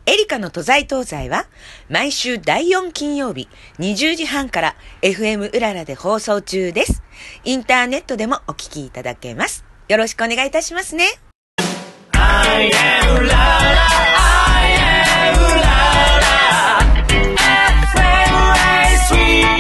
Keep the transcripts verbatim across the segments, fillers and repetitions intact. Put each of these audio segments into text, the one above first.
エリカの都在東西は毎週だいよん金曜日にじゅうじはんから エフエム うららで放送中です。インターネットでもお聞きいただけます。よろしくお願いいたしますね。I am うらら I am うらら エフエム エースイー。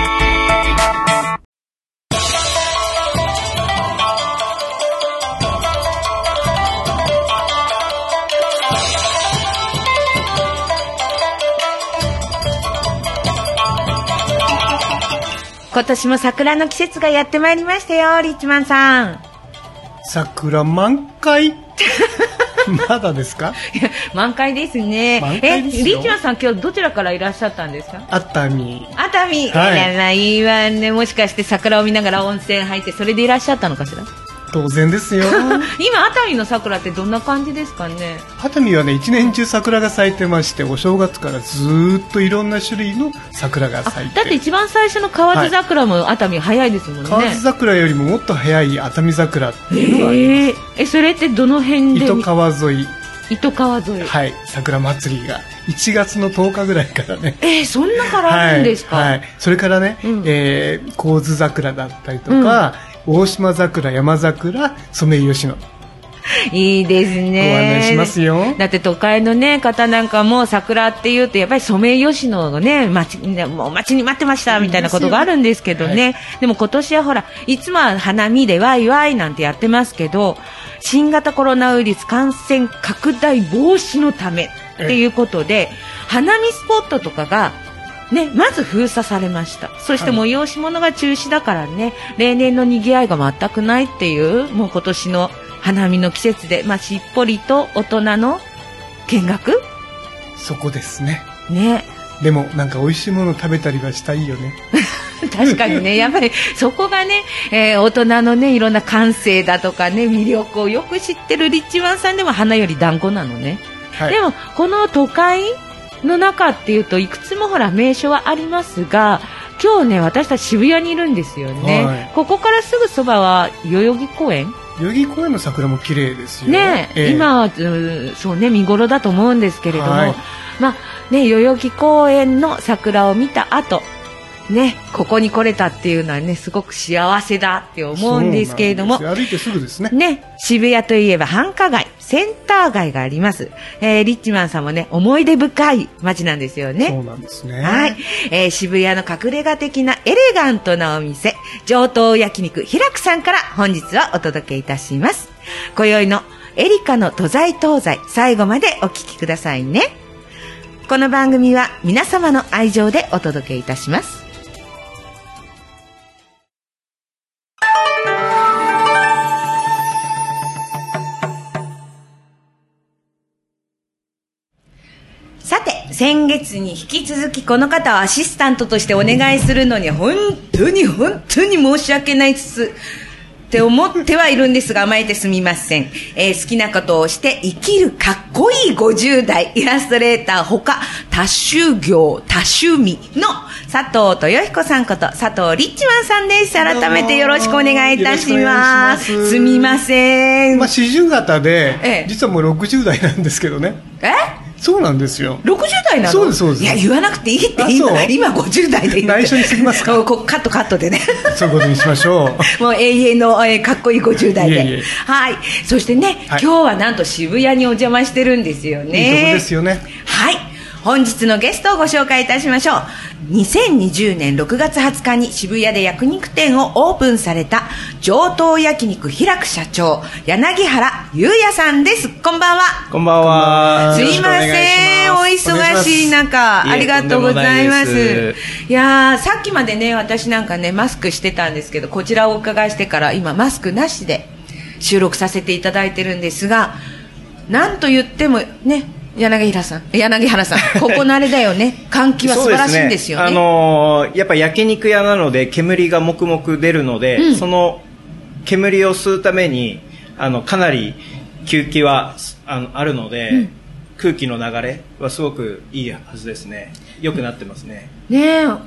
今年も桜の季節がやってまいりましたよ、リッチマンさん。 桜満開まだですか？ いや、満開ですね。 満開ですよ。 え、リッチマンさん今日どちらからいらっしゃったんですか？ 熱海。 熱海、はい、いや、いいわね。もしかして桜を見ながら温泉入ってそれでいらっしゃったのかしら？ 当然ですよ今熱海の桜ってどんな感じですかね？ 熱海はね、一年中桜が咲いてまして、お正月からずーっといろんな種類の桜が咲いて、 だって一番最初の河津桜も熱海早いですもんね。 河津桜よりももっと早い熱海桜っていうのがあります。えー、 えそれってどの辺で？ 糸川沿い。 糸川沿い、 はい、桜祭りがいちがつのとおかぐらいからね。 えー、そんなからあるんですか？ はいはい、それからね、うん、えー、河津桜だったりとか、うん、大島桜、山桜、ソメイヨシノ、 いいですね。 ご案内しますよ。 だって都会の、ね、方なんかも桜っていうとやっぱりソメイヨシノをね、待ち、もう待ちに待ってましたみたいなことがあるんですけどね、はい、でも今年はほらいつもは花見でワイワイなんてやってますけど、新型コロナウイルス感染拡大防止のためっていうことで花見スポットとかがね、まず封鎖されました。そして催し物が中止だからね、例年の賑わいが全くないっていう、もう今年の花見の季節で、まあ、しっぽりと大人の見学、 そこですね。 ね。 でもなんか美味しいもの食べたりはしたいよね。 確かにね、やっぱりそこがね、えー、大人のね、いろんな感性だとかね、魅力をよく知ってるリッチマンさんでも花より団子なのね。はい、でもこの都会の中っていうといくつもほら名所はありますが、今日ね、私たち渋谷にいるんですよね。はい、ここからすぐそばは代々木公園。 代々木公園の桜も綺麗ですよね。えー、今はそうね、見頃だと思うんですけれども、はい、まあね、代々木公園の桜を見た後ね、ここに来れたっていうのはね、すごく幸せだって思うんですけれども、 歩いてすぐですね。 ね、渋谷といえば繁華街、センター街があります。えー、リッチマンさんもね、思い出深い街なんですよね。 そうなんですね。 はい、えー、渋谷の隠れ家的なエレガントなお店、上等焼肉ひらくさんから本日はお届けいたします。今宵のエリカの都在東西、最後までお聞きくださいね。この番組は皆様の愛情でお届けいたします。さて、先月に引き続きこの方をアシスタントとしてお願いするのに本当に本当に申し訳ないっすって思ってはいるんですが、甘えてすみません。えー、好きなことをして生きるかっこいいごじゅう代イラストレーターほか多種業多趣味の佐藤豊彦さんこと佐藤リッチマンさんです。改めてよろしくお願いいたします。すみません。 まあ、四十型で、ええ、実はもうろくじゅう代なんですけどね。 えそうなんですよ。 ろくじゅう代なの？ そうですそうです。 いや、言わなくていいって、今今ごじゅう代でいいって。 内緒にしてきますか？ こカットカットでね。 そういうことにしましょう。もう永遠の、えー、かっこいいごじゅう代で。いえいえ、はい。そしてね、はい、今日はなんと渋谷にお邪魔してるんですよね。 いいとこですよね。 はい。本日のゲストをご紹介いたしましょう。にせんにじゅうねんろくがつはつかに渋谷で焼肉店をオープンされた上等焼肉ひらく社長、柳原裕也さんです。こんばんは。 こんばんは。 すいません、お忙しい中ありがとうございます。いやー、さっきまでね、私なんかねマスクしてたんですけど、こちらをお伺いしてから今マスクなしで収録させていただいてるんですが、なんと言ってもね、柳原さん、柳原さん、ここのあれだよね、換気は素晴らしいんですよね。 あのー、やっぱ焼肉屋なので煙がもくもく出るので、うん、その煙を吸うためにあのかなり吸気は あのあるので、うん、 空気の流れはすごくいいはずですね。良くなってますね。 ねえ、 はい、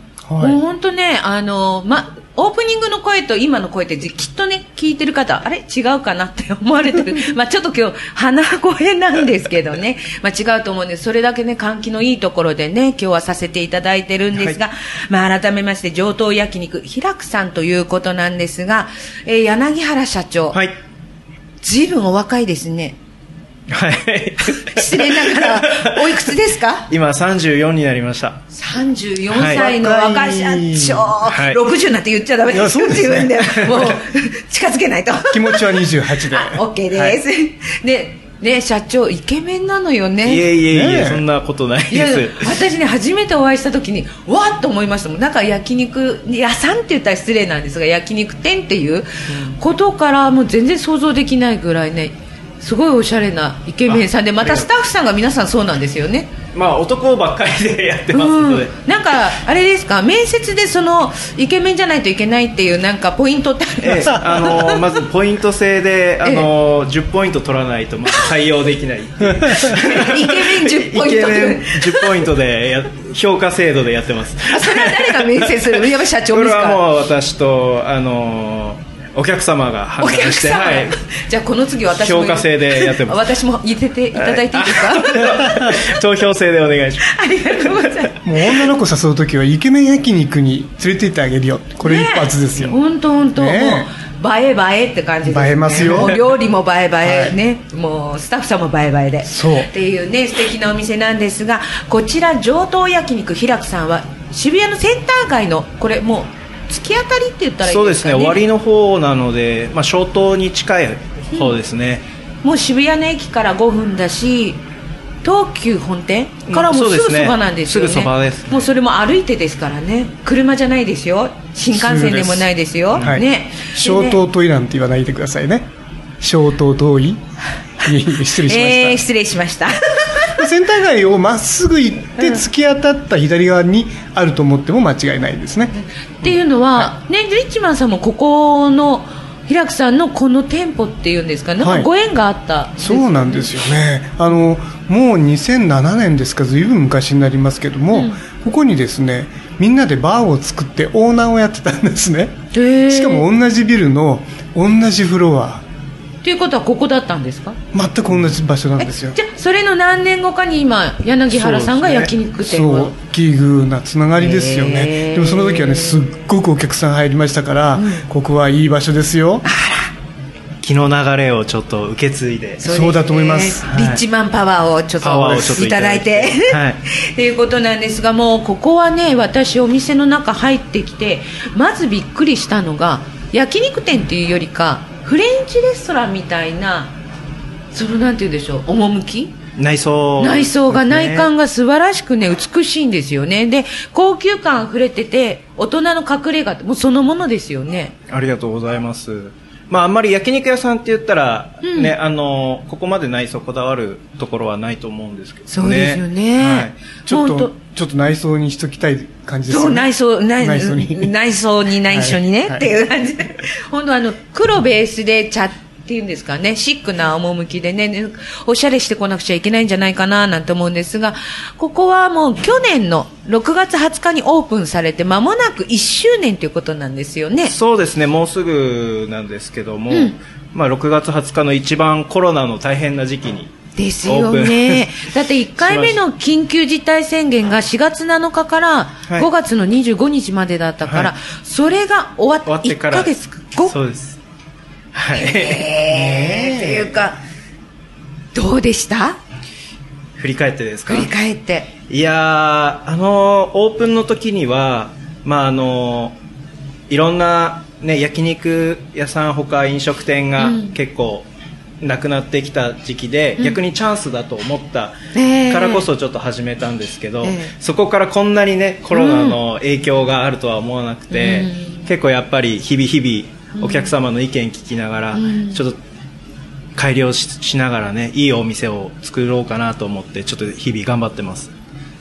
もう本当ね、あの、ま、オープニングの声と今の声ってきっとね、聞いてる方、あれ違うかなって思われてる。まあちょっと今日、鼻声なんですけどね。まあ違うと思うんです。それだけね、換気のいいところでね、今日はさせていただいてるんですが、はい、まあ改めまして、上等焼肉、平久さんということなんですが、えー、柳原社長。はい。随分お若いですね。 はい。 失礼ながら、おいくつですか？ 今さんじゅうよんになりました。 さんじゅうよんさいの若社長、はい、ろくじゅうなんて言っちゃダメですよ、自分で。もう、近づけないと。 気持ちはにじゅうはちで。 OK です。はい、で、ね、社長、イケメンなのよね。 いえいえいえ、ね、そんなことないです。いや、 私ね、初めてお会いした時に、わっと思いましたもん。なんか焼肉屋さんって言ったら失礼なんですが、焼肉店っていうことから、もう全然想像できないぐらいね、すごいおしゃれなイケメンさんで、またスタッフさんが皆さんそうなんですよね。 まあ男ばっかりでやってますので、うん、 なんかあれですか、面接でそのイケメンじゃないといけないっていうなんかポイントってありますか？ ええ、あのまずポイント制であの、ええ、じゅっポイント取らないとまず採用できない。イケメンじゅっポイント。イケメンじゅっポイントでや評価制度でやってます。 あ、それは誰が面接する？やっぱ社長ですか？ これはもう私とあのお客様が判断して、はい、 じゃあこの次私も評価制でやってます。 私も入れていただいていいですか？ はい、投票制でお願いします。 ありがとうございます。 もう女の子誘うときはイケメン焼肉に連れて行ってあげるよ、これ一発ですよ。 本当本当。映え映えって感じです、ね、 映えますよ。 もう料理も映え映え、はい、ね、もうスタッフさんも映え映えで、 そうっていうね素敵なお店なんですが、こちら上等焼肉平久さんは渋谷のセンター街のこれもう突き当たりって言ったらいいですかね。 そうですね、終わりの方なので、まあ、小東に近い方ですね、 うん、もう渋谷の駅からごふんだし、東急本店からもすぐそばなんですよね。 すぐそばです、ね、 もうそれも歩いてですからね。車じゃないですよ、新幹線でもないですよ、 はい、 ね、 小東遠いなんて言わないでくださいね。小東遠い失礼しました、 えー、失礼しましたセンター街をまっすぐ行って突き当たった左側にあると思っても間違いないですね。 っていうのは、はいね、リッチマンさんもここの平久さんのこの店舗っていうんですかね、はい、ご縁があったんですよね。 そうなんですよね。あのもうにせんななねんですか、ずいぶん昔になりますけども、うん、ここにですねみんなでバーを作ってオーナーをやってたんですね。しかも同じビルの同じフロアということはここだったんですか？ 全く同じ場所なんですよ。 じゃあそれの何年後かに今柳原さんが焼肉店を、 そう、奇遇なつながりですよね。でもその時はねすっごくお客さん入りましたから、うん、ここはいい場所ですよ。 あら、 気の流れをちょっと受け継いで、 そう、そうだと思います、 はい、リッチマンパワーをちょっといただいてということなんですが、もうここはね、私お店の中入ってきてまずびっくりしたのが、焼肉店っていうよりかフレンチレストランみたいな、そのなんて言うんでしょう、趣、 内装、 内装が、内観が素晴らしくね美しいんですよね。で高級感あふれてて、大人の隠れ家もうそのものですよね。 ありがとうございます。まあ、あんまり焼肉屋さんって言ったら、うんね、あのここまで内装こだわるところはないと思うんですけどね。 そうですよね、はい、 ちょっとちょっと内装にしときたい感じですよね。 そう、内装内内装に内装に内緒にね、はい、っていう感じで本当あの黒ベースで茶っていうんですかね、シックな趣でね、おしゃれしてこなくちゃいけないんじゃないかななんて思うんですが、ここはもう去年のろくがつはつかにオープンされて間もなくいっしゅうねんということなんですよね。 そうですね、もうすぐなんですけども、うん、まあ、ろくがつはつかの一番コロナの大変な時期にですよね。だっていっかいめの緊急事態宣言がしがつなのかからごがつのにじゅうごにちまでだったから、はい、それが終わっていっかげつご、 そうです、はい、 えー、っていうかどうでした？ 振り返ってですか？ 振り返って、 いやあのオープンの時には、まあ、あのいろんな、ね、焼肉屋さん他飲食店が結構なくなってきた時期で、うん、逆にチャンスだと思ったからこそちょっと始めたんですけど、えー、そこからこんなにねコロナの影響があるとは思わなくて、うん、結構やっぱり日々日々お客様の意見聞きながら、うん、ちょっと改良 し, しながらねいいお店を作ろうかなと思ってちょっと日々頑張ってます。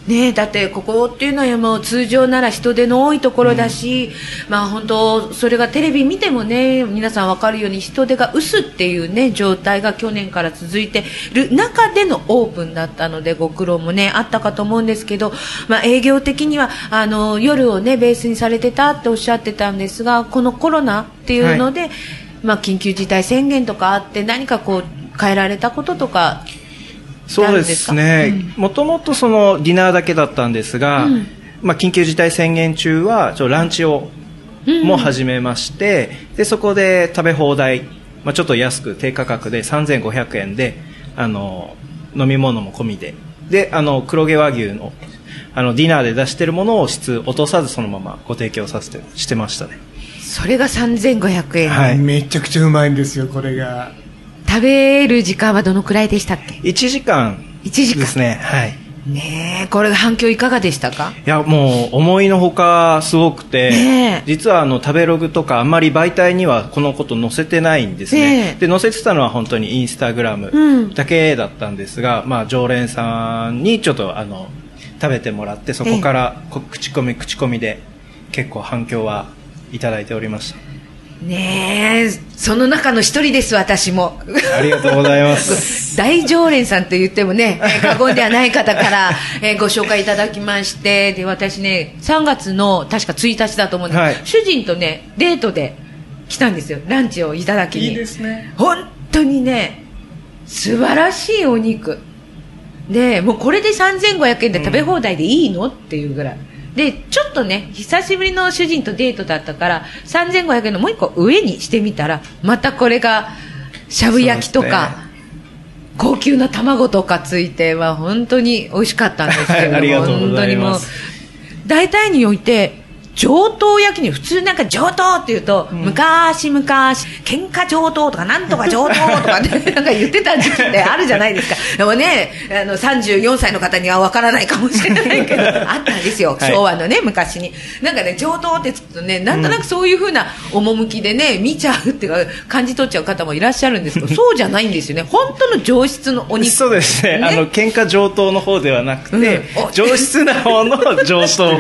ね、だってここっていうのはもう通常なら人手の多いところだし、うん、まあ本当それがテレビ見てもね皆さん分かるように人手が薄っていうね状態が去年から続いてる中でのオープンだったのでご苦労もねあったかと思うんですけど、まあ、営業的にはあの夜をねベースにされてたっておっしゃってたんですが、このコロナっていうので、はい、まあ、緊急事態宣言とかあって何かこう変えられたこととかそうですね、もともとそのディナーだけだったんですが、うん、まあ、緊急事態宣言中はちょランチをも始めまして、うん、でそこで食べ放題、まあ、ちょっと安く低価格でさんぜんごひゃくえんであの飲み物も込みでであの黒毛和牛のあのディナーで出しているものを質落とさずそのままご提供させてしてましたね。 それがさんぜんごひゃくえん、 はい、めちゃくちゃうまいんですよ。これが食べる時間はどのくらいでしたっけ？ いちじかんですね。はい。 ねえ、これ反響いかがでしたか？ いやもう思いのほかすごくて、ね、実はあの食べログとかあんまり媒体にはこのこと載せてないんですね。ねで載せてたのは本当にインスタグラムだけだったんですが、うん、まあ、常連さんにちょっとあの食べてもらってそこから口コミ口コミで結構反響はいただいておりました。 ねえ、その中の一人です。私もありがとうございます大常連さんと言ってもね過言ではない方から、えー、ご紹介いただきまして、で私ねさんがつの確かついたちだと思うんです、はい、主人とねデートで来たんですよ。ランチをいただきに。 いいですね。 本当にね素晴らしいお肉で、もうこれでさんぜんごひゃくえんで食べ放題でいいの、うん、っていうぐらいで、ちょっとね久しぶりの主人とデートだったからさんぜんごひゃくえんのもう一個上にしてみたらまたこれがしゃぶ焼きとか、ね、高級な卵とかついては本当に美味しかったんですけれどもありがとうございます。 本当にもう大体において上等焼きに普通なんか上等って言うと、うん、昔々喧嘩上等とかなんとか上等とかねなんか言ってた時期ってあるじゃないですか。でもねあのさんじゅうよんさいの方にはわからないかもしれないけどあったんですよ、はい、昭和のね昔になんかね上等ってつくとねなんとなくそういう風な趣でね見ちゃうっていうか感じ取っちゃう方もいらっしゃるんですけどそうじゃないんですよね。本当の上質のお肉。 そうですね、ね、あの喧嘩上等の方ではなくて、うん、上質な方の上等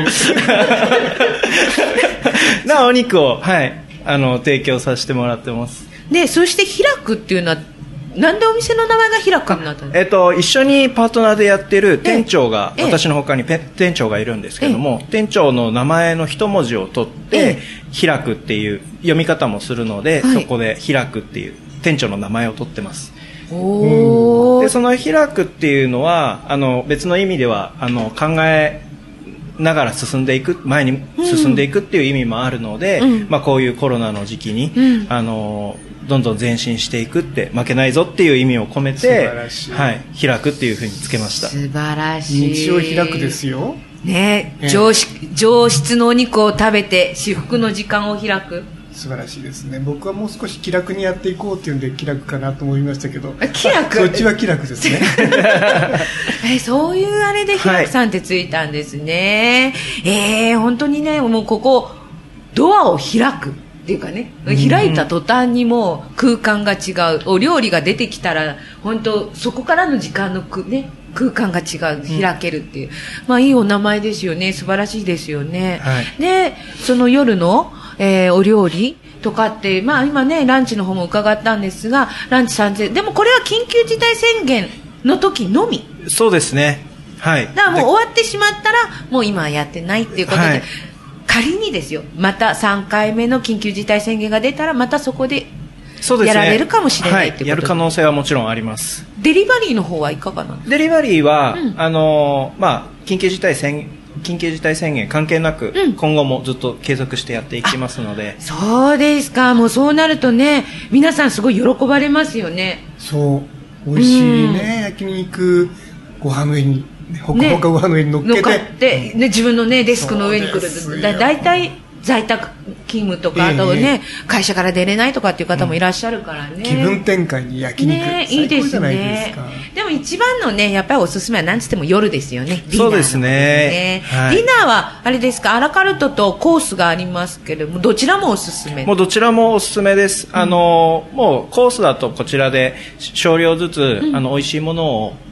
なお肉を、はい、あの提供させてもらってます。 でそして開くっていうのはなんでお店の名前が開くになったんですか？ えっと、一緒にパートナーでやってる店長が、私の他に店長がいるんですけども、店長の名前の一文字を取って開くっていう読み方もするので、はい、そこで開くっていう店長の名前を取ってます。 おー。 でその開くっていうのはあの別の意味ではあの考えながら進んでいく前に進んでいくっていう意味もあるので、うんまあ、こういうコロナの時期に、うん、あのどんどん前進していくって負けないぞっていう意味を込めて、はい、開くっていうふうにつけました。 素晴らしい。 道を開くですよ、 ね、上質、上質のお肉を食べて至福の時間を開く。 素晴らしいですね。僕はもう少し気楽にやっていこうっていうんで気楽かなと思いましたけど、 気楽そっちは気楽ですねえそういうあれで気楽さんってついたんですね、はい、えー、本当にねもうここドアを開くっていうかね、開いた途端にもう空間が違う、お料理が出てきたら本当そこからの時間のく、ね、空間が違う、開けるっていう、うん、まあいいお名前ですよね。素晴らしいですよね、はい、でその夜のえー、お料理とかって、まあ、今ねランチの方も伺ったんですがランチさんぜんえんでもこれは緊急事態宣言の時のみ。 そうですね、はい、 だからもう終わってしまったらもう今はやってないっていうことで、はい、仮にですよまたさんかいめの緊急事態宣言が出たらまたそこでやられるかもしれないっていうことで、 はい、やる可能性はもちろんあります。 デリバリーの方はいかがなんですか？ デリバリーは、うん、あのまあ、緊急事態宣言緊急事態宣言関係なく、うん、今後もずっと継続してやっていきますので。 そうですか。もうそうなるとね皆さんすごい喜ばれますよね。 そう美味しいね、うん、焼肉ご飯の上にほかほかご飯の上に乗っけて、ね、乗っかって、ね、自分の、ね、デスクの上に来る。だだいたい在宅勤務とか、あとね、えー、会社から出れないとかっていう方もいらっしゃるからね、うん、 気分転換に焼肉、ね、最高じゃないですか。いいですね。 でも一番のねやっぱりおすすめは何つっても夜ですよね。 そうですね、 はい、ディナーはあれですか、アラカルトとコースがありますけれどもどちらもおすすめ？ もうどちらもおすすめです、うん、あのもうコースだとこちらで少量ずつ、うん、あの美味しいものを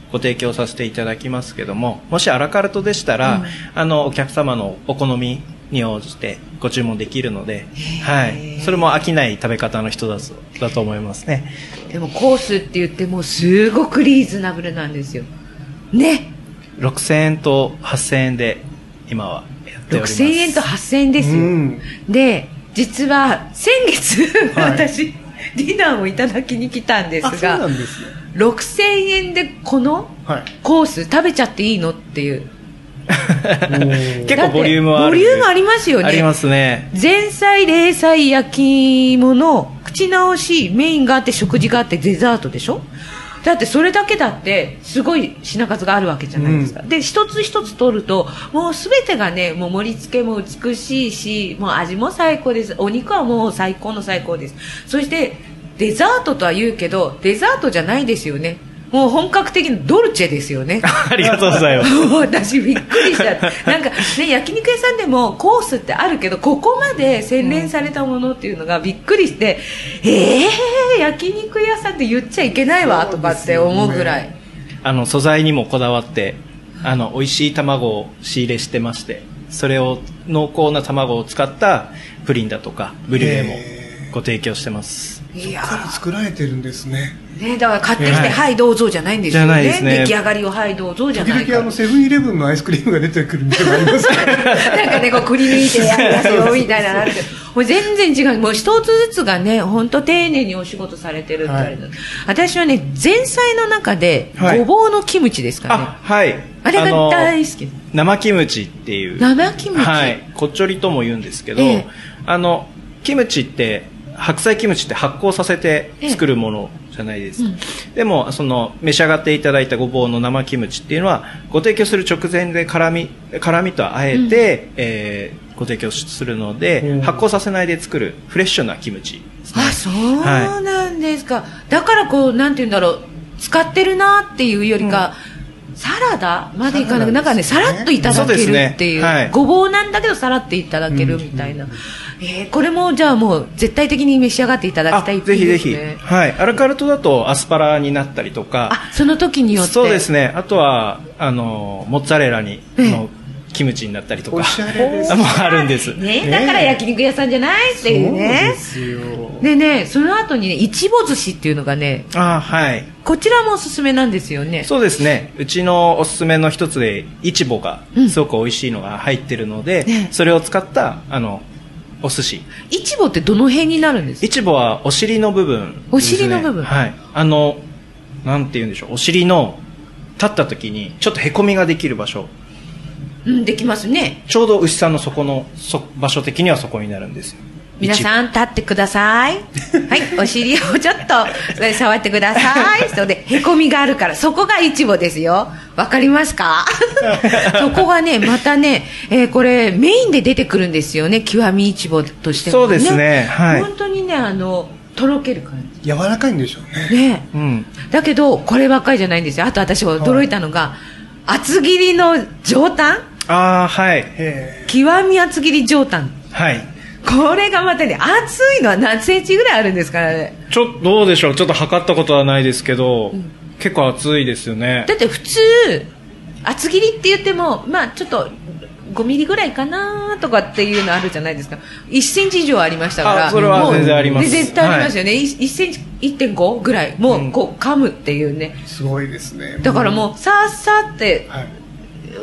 ご提供させていただきますけども、もしアラカルトでしたら、うん、あのお客様のお好みに応じてご注文できるので、はい、それも飽きない食べ方の人だと、だと思いますね。 でもコースって言ってもすごくリーズナブルなんですよね。 ろくせんえんとはっせんえんで今はやっております。ろくせんえんとはっせんえんですよ、うん、で実は先月、はい、私ディナーをいただきに来たんですが、 そうなんですね、 ろくせんえんでこのコース食べちゃっていいのっていう結構ボリュームはある。 ボリュームありますよね。 ありますね。 前菜、冷菜、焼き物、口直し、メインがあって食事があってデザートでしょ。だってそれだけだってすごい品数があるわけじゃないですか、うん、で一つ一つ取るともう全てがね、もう盛り付けも美しいし、もう味も最高です。お肉はもう最高の最高です。そしてデザートとは言うけどデザートじゃないですよね。もう本格的なドルチェですよね。 ありがとうございます。 私びっくりした。なんかね、焼肉屋さんでもコースってあるけど、ここまで洗練されたものっていうのがびっくりして、うん、えー、焼肉屋さんって言っちゃいけないわとかって思うぐらい。ね、 あの素材にもこだわって、あの美味しい卵を仕入れしてまして、それを濃厚な卵を使ったプリンだとかブリュレもご提供してます。 そこから作られてるんですね。 ね、だから買ってきて、はい、はいどうぞじゃないんですよ ね, ね出来上がりをはいどうぞじゃないか。 時々あのセブンイレブンのアイスクリームが出てくるみたいなのありますからなんかね、こうくり抜いてやりますよみたいなのあるけど、もう全然違う。もう一つずつがね、本当丁寧にお仕事されてるってあれだ、はい、私はね、前菜の中でごぼうのキムチですかね、 あ、はい、 あれが大好き。 生キムチっていう、 生キムチ、 はい、こっちょりとも言うんですけど、ええ、あのキムチって白菜キムチって発酵させて作るものじゃないです、ええ、うん、でもその召し上がっていただいたごぼうの生キムチっていうのはご提供する直前で辛み辛みとあえて、うん、えー、ご提供するので、うん、発酵させないで作るフレッシュなキムチですね。 あ、そうなんですか、はい、だからこうなんていうんだろう、使ってるなっていうよりか、うん、サラダまでいかなく、なんかね、さらっといただけるっていう、 ね、はい、 ごぼうなんだけどさらっていただけるみたいな、うん、えー、これもじゃあもう絶対的に召し上がっていただきたいっていう、ね、ぜひぜひ、 はい、アラカルトだとアスパラになったりとか、 あ、その時によって、 そうですね、あとはあのモッツァレラにのキムチになったりとか、おしゃれですね、もあるんです、 ね、だから焼肉屋さんじゃないっていうね。そうですよ。でね、その後にね、いちぼ寿司っていうのがね、 あ、はい、 こちらもおすすめなんですよね。 そうですね、うちのおすすめの一つでイチボがすごく美味しいのが入ってるので、うんね、それを使ったあのお寿司。 イチボってどの辺になるんですか？ イチボはお尻の部分ですね。 お尻の部分、 はい、あのなんて言うんでしょう、お尻の立った時にちょっとへこみができる場所、 うん、できますね。 ちょうど牛さんのそこのそ場所的にはそこになるんですよ。 皆さん立ってくださいはい、お尻をちょっと触ってくださいそれでへこみがあるから、そこがイチボですよ。わかりますかそこがね、またね、えー、これメインで出てくるんですよね、極みイチボとしてもね。 そうですね、はい、 本当にね、あのとろける感じ、 柔らかいんでしょうね。 ね、うん、だけどこればっかりじゃないんですよ。あと私驚いたのが、はい、厚切りの上タン、 あ、はい、 極み厚切り上タン、 はい、 これがまたね、厚いのは何センチぐらいあるんですかね。 ちょっとどうでしょう、ちょっと測ったことはないですけど、うん、結構厚いですよね。 だって普通厚切りって言っても、まあちょっとごミリぐらいかなとかっていうのあるじゃないですか。いっセンチ以上ありましたから。 あ、それは全然あります。 絶対ありますよね、はい、いっセンチ いってんご ぐらいもうこう噛むっていうね、 うん、すごいですね。 だからもうさーさーって、はい、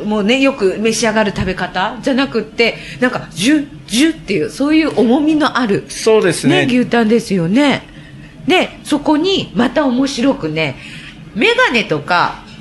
もうね、よく召し上がる食べ方じゃなくって、なんかジュッジュッっていう、そういう重みのある、 そうですね、 牛タンですよね。でそこにまた面白くね、メガネとか、うん、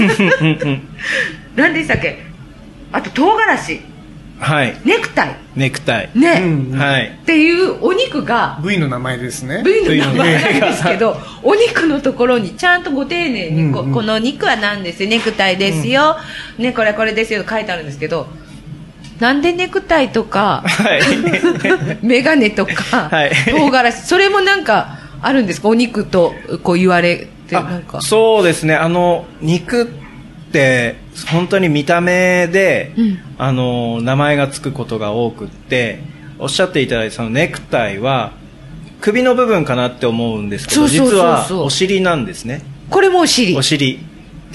何でしたっけ、あと唐辛子、 はい、 ネクタイネクタイね、 うん、はい、 っていうお肉が部位の名前ですね。 部位の名前なんですけどお肉のところにちゃんとご丁寧に こ,、うんうん、この肉は何ですよ、ネクタイですよ、うん、ね、これこれですよと書いてあるんですけど、なんでネクタイとか、はい、メガネとか、はい、唐辛子、それもなんかあるんですか、お肉とこう言われて。なんかそうですね、あの肉って本当に見た目で、うん、あの名前がつくことが多くって、おっしゃっていただいたそのネクタイは首の部分かなって思うんですけど、実はお尻なんですね。 これもお尻。 お尻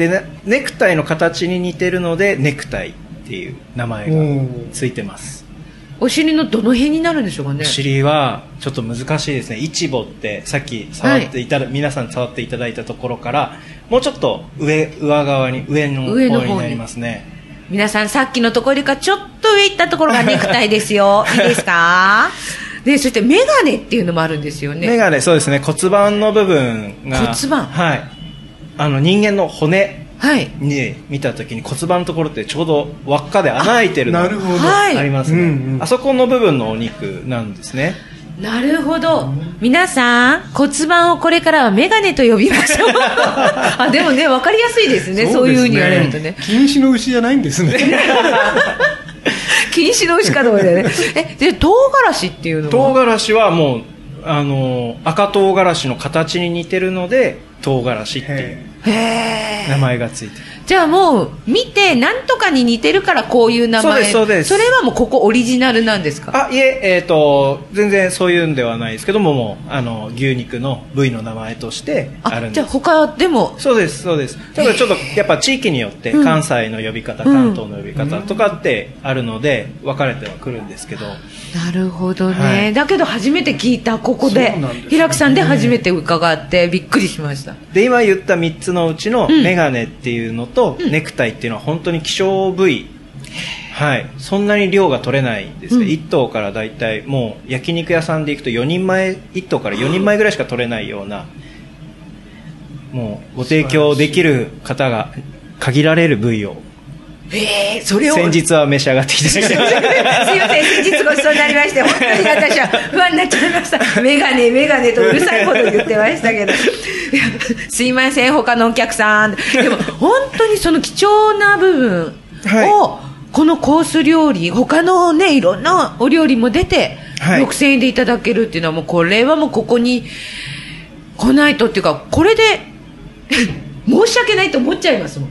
で、ネクタイの形に似てるのでネクタイっていう名前がついてます。 お尻のどの辺になるんでしょうかね。 お尻はちょっと難しいですね。イチボってさっき触っていただ、はい、皆さん触っていただいたところからもうちょっと上上側に上の方になりますね。 皆さんさっきのところかちょっと上行ったところがネクタイですよ。いいですか？で、そしてメガネっていうのもあるんですよね。 メガネ、そうですね。骨盤の部分が骨盤、 はい、あの人間の骨はい、 に見たときに骨盤のところってちょうど輪っかで穴開いてるのがありますね。あ、うんうん、あそこの部分のお肉なんですね。 なるほど。皆さん骨盤をこれからはメガネと呼びましょう。あ、でもね、分かりやすいですね。そうですね、そういう風に言われるとね。 禁止の牛じゃないんですね。 禁止の牛かどうかでね。え、で唐辛子っていうのは？ 唐辛子はもうあの赤唐辛子の形に似てるので唐辛子っていう名前がついてる。 じゃあもう見て何とかに似てるからこういう名前。 そうです、そうです。 それはもうここオリジナルなんですか？ あ、いえ、えーと、全然そういうんではないですけども、もうあの牛肉の部位の名前としてあるんです。 あ、じゃあ他でも？そうです、そうです。ただちょっとやっぱ地域によって関西の呼び方、うん、関東の呼び方とかってあるので分かれてはくるんですけど。 なるほどね、はい、だけど初めて聞いた、ここで、 ね、 平久さんで初めて伺ってびっくりしました。 で、今言ったみっつのうちのメガネっていうのと、うん、ネクタイっていうのは本当に希少部位、はい、そんなに量が取れないんですね、うん、いっ頭からだいたいもう焼肉屋さんで行くとよにんまえ、いっ頭からよにんまえぐらいしか取れないような、もうご提供できる方が限られる部位を、 えー、それを先日は召し上がっていただきました。すいません、先日ごちそうになりまして、本当に私は不安になっちゃいました。メガネメガネとうるさいほど言ってましたけど、すいません他のお客さん。でも本当にその貴重な部分を、はい、このコース料理、他のねいろんなお料理も出て、はい、ろくせんえんでいただけるっていうのは、もうこれはもうここに来ないとっていうか、これで申し訳ないと思っちゃいますもん。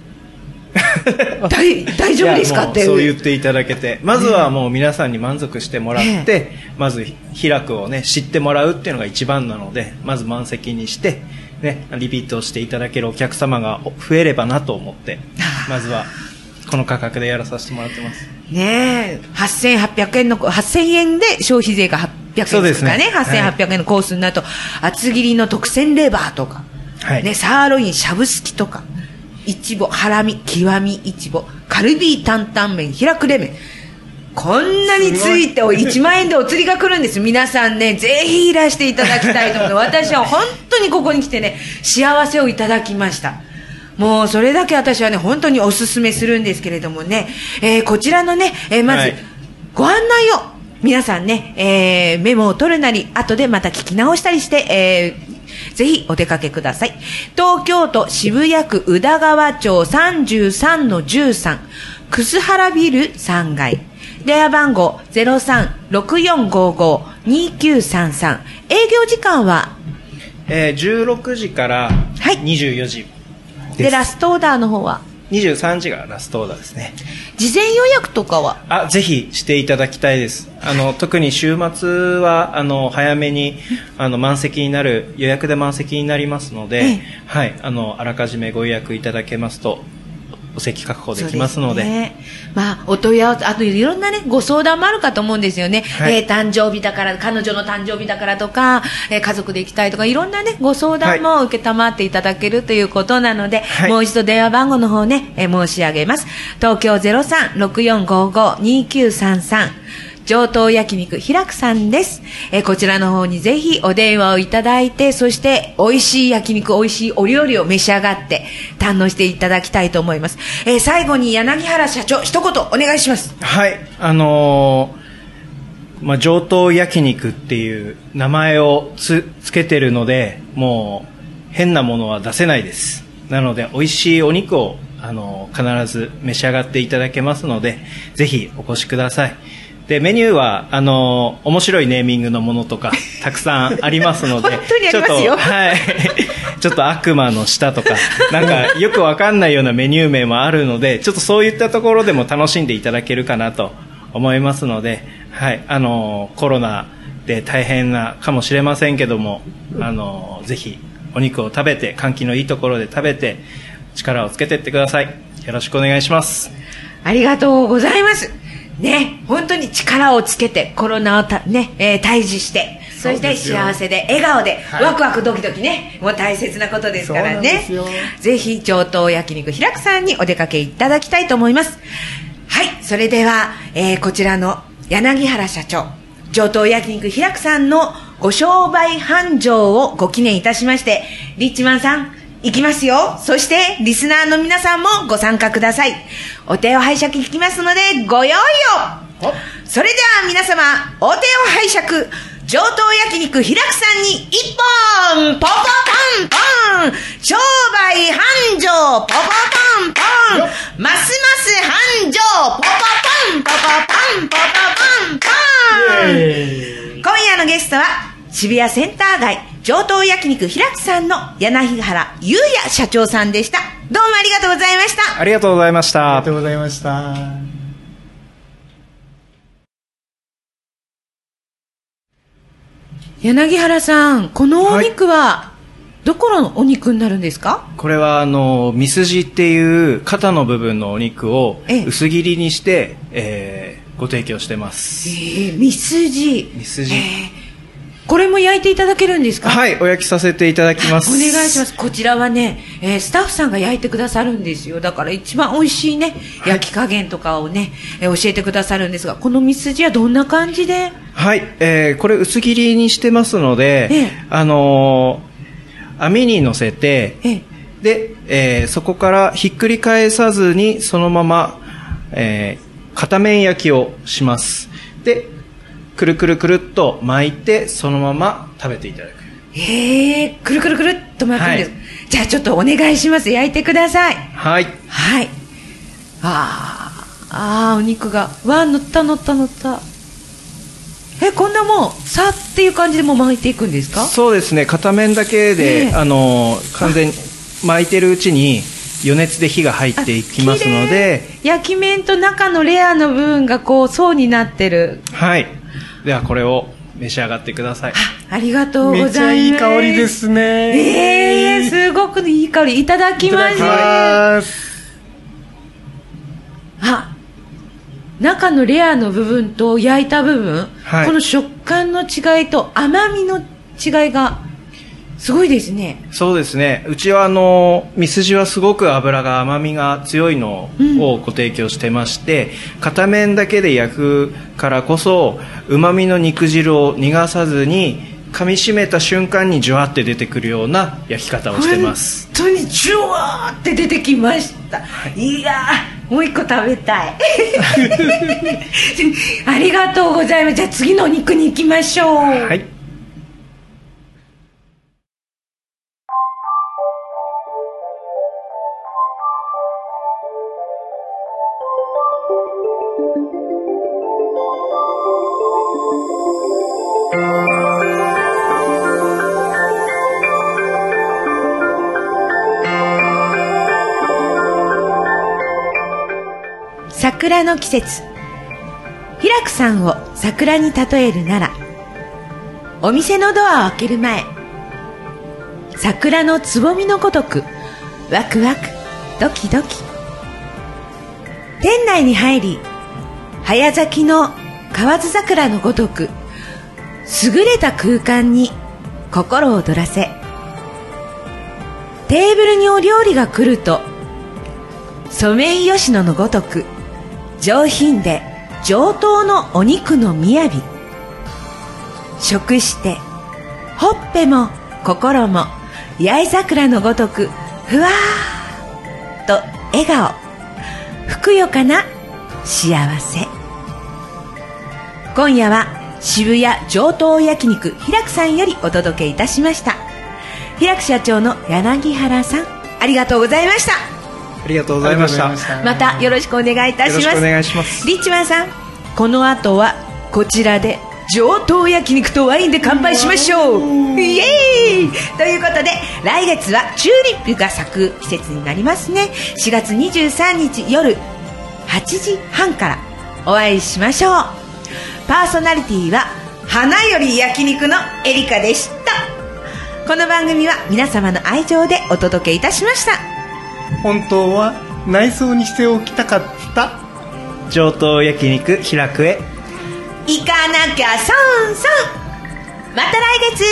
大, 大丈夫ですかって。 そう言っていただけて、まずはもう皆さんに満足してもらって、ね、まず平久をね知ってもらうっていうのが一番なので、まず満席にして、ね、リピートしていただけるお客様が増えればなと思って、まずはこの価格でやらさせてもらってますね。えはっせんはっぴゃくえんのはっせんえんで消費税がはっぴゃくえんですからね。はっせんはっぴゃくえんのコースになると、厚切りの特選レバーとか、はいね、サーロインしゃぶすきとか、いちぼ、ハラミ、極みいちぼ、カルビー担々麺、平久冷麺、こんなについていちまんえんでお釣りが来るんです。皆さんね、ぜひいらしていただきたいと思うので、私は本当にここに来てね、幸せをいただきました。もうそれだけ私はね、本当におすすめするんですけれどもね、えー、こちらのね、えー、まず、はい、ご案内を皆さんね、えー、メモを取るなり、後でまた聞き直したりして、えーぜひお出かけください。東京都渋谷区宇田川町 さんじゅうさんのじゅうさん 楠原ビルさんがい、電話番号 ゼロさん ろくよんごご にきゅうさんさん、営業時間は、 えー、じゅうろくじからにじゅうよじです。 でラストオーダーの方はにじゅうさんじがラストオーダーですね。 事前予約とかはあぜひしていただきたいです。あの特に週末はあの早めにあの満席になる、予約で満席になりますので、ええ、はい、あのあらかじめご予約いただけますとお席確保できますので、 ね、まあ、お問い合わせ、あといろんなねご相談もあるかと思うんですよね、はい、えー、誕生日だから彼女の誕生日だからとか、えー、家族で行きたいとかいろんなねご相談も受けたまっていただけるということなので、はい、もう一度電話番号の方ね、えー、申し上げます。東京 ゼロさん ろくよんごご にきゅうさんさん、上等焼肉平久さんです。えー、こちらの方にぜひお電話をいただいて、そして美味しい焼肉、美味しいお料理を召し上がって堪能していただきたいと思います。えー、最後に柳原社長一言お願いします。 はい、あのー、まあ、上等焼肉っていう名前を つ, つけてるので、もう変なものは出せないです。なので美味しいお肉を、あのー、必ず召し上がっていただけますので、ぜひお越しください。でメニューはあの面白いネーミングのものとかたくさんありますので本当にありますよ。 ちょっと、はい、ちょっと悪魔の舌とかなんかよくわかんないようなメニュー名もあるので、ちょっとそういったところでも楽しんでいただけるかなと思いますので、はい、あのコロナで大変なかもしれませんけども、あのぜひお肉を食べて、換気のいいところで食べて、 力をつけていってください。よろしくお願いします。 ありがとうございます。ね、本当に力をつけてコロナをた、ねえー、退治して、そして幸せで笑顔で、はい、ワクワクドキドキね、もう大切なことですからね。ぜひ上等焼肉ひらくさんにお出かけいただきたいと思います。はい、それでは、えー、こちらの柳原社長、上等焼肉ひらくさんのご商売繁盛をご記念いたしまして、リッチマンさん行きますよ。そしてリスナーの皆さんもご参加ください。お手を拝借引きますのでご用意を。それでは皆様、お手を拝借、上等焼肉ひらくさんに一本ポポポンポン、商売繁盛ポポポンポン、ますます繁盛ポポポンポポポンポポポンポン。今夜のゲストは渋谷センター街上等焼肉ひらくさんの柳原優也社長さんでした。どうもありがとうございました。 ありがとうございました。 ありがとうございました。 柳原さん、このお肉はどこのお肉になるんですか？ はい、これはあのミスジっていう肩の部分のお肉を薄切りにして、ええー、ご提供してます。 えー、ミスジ。 ミスジ。 えーこれも焼いていただけるんですか？ はい、お焼きさせていただきます。 お願いします。こちらはね、えー、スタッフさんが焼いてくださるんですよ。だから一番美味しいね、はい、焼き加減とかをね、えー、教えてくださるんですが、このミスジはどんな感じで？ はい、えー、これ薄切りにしてますので、えー、あのー、網に乗せて、えー、で、えー、そこからひっくり返さずにそのまま、えー、片面焼きをします。で、くるくるくるっと巻いてそのまま食べていただく。 へえ、くるくるくるっと巻くんです、はい、じゃあちょっとお願いします。焼いてください。 はいはい。あーあー、お肉がわー、乗った乗った乗った。え、こんなもうさっていう感じでもう巻いていくんですか？ そうですね、片面だけで、えー、あの完全に巻いてるうちに余熱で火が入っていきますので、 焼き面と中のレアの部分がこう層になってる。 はい、ではこれを召し上がってください。 あ, ありがとうございます。めっちゃいい香りですね。 えー、すごくいい香り。いただきます。いただきます。あ、中のレアの部分と焼いた部分、はい、この食感の違いと甘みの違いがすごいですね。 そうですね、うちはあのミスジはすごく脂が甘みが強いのをご提供してまして、うん、片面だけで焼くからこそ旨味の肉汁を逃がさずに噛み締めた瞬間にジュワって出てくるような焼き方をしてます。 本当にジュワーって出てきました、はい、いやー、もう一個食べたいありがとうございます。じゃあ次のお肉に行きましょう。 はい。 桜の季節、ひらくさんを桜に例えるなら、お店のドアを開ける前、桜のつぼみのごとくワクワクドキドキ。店内に入り、早咲きの河津桜のごとく優れた空間に心躍らせ、テーブルにお料理が来るとソメイヨシノのごとく上品で上等のお肉の雅。食してほっぺも心も八重桜のごとくふわーっと笑顔、ふくよかな幸せ。今夜は渋谷上等焼肉ひらくさんよりお届けいたしました。ひらく社長の柳原さん、ありがとうございました。 ありがとうございました。 またよろしくお願いいたします。よろしくお願いします。リッチマンさん、この後はこちらで上等焼肉とワインで乾杯しましょう。イエーイということで、来月はチューリップが咲く季節になりますね。しがつにじゅうさんにち夜はちじはんからお会いしましょう。パーソナリティは花より焼肉のエリカでした。この番組は皆様の愛情でお届けいたしました。 本当は内装にしておきたかった上等焼肉開くへ行かなきゃ損損。また来月。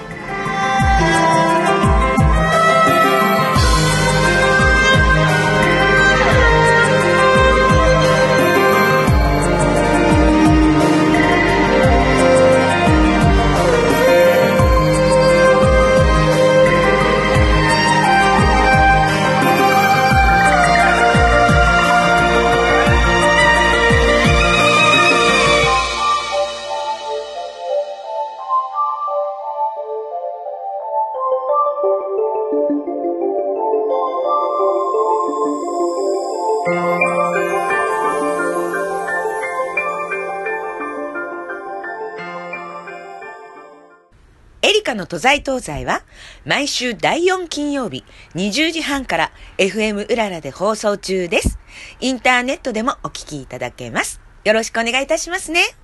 エリカの都在東西は毎週だいよん金曜日にじゅうじはんから エフエム うららで放送中です。インターネットでもお聞きいただけます。よろしくお願いいたしますね。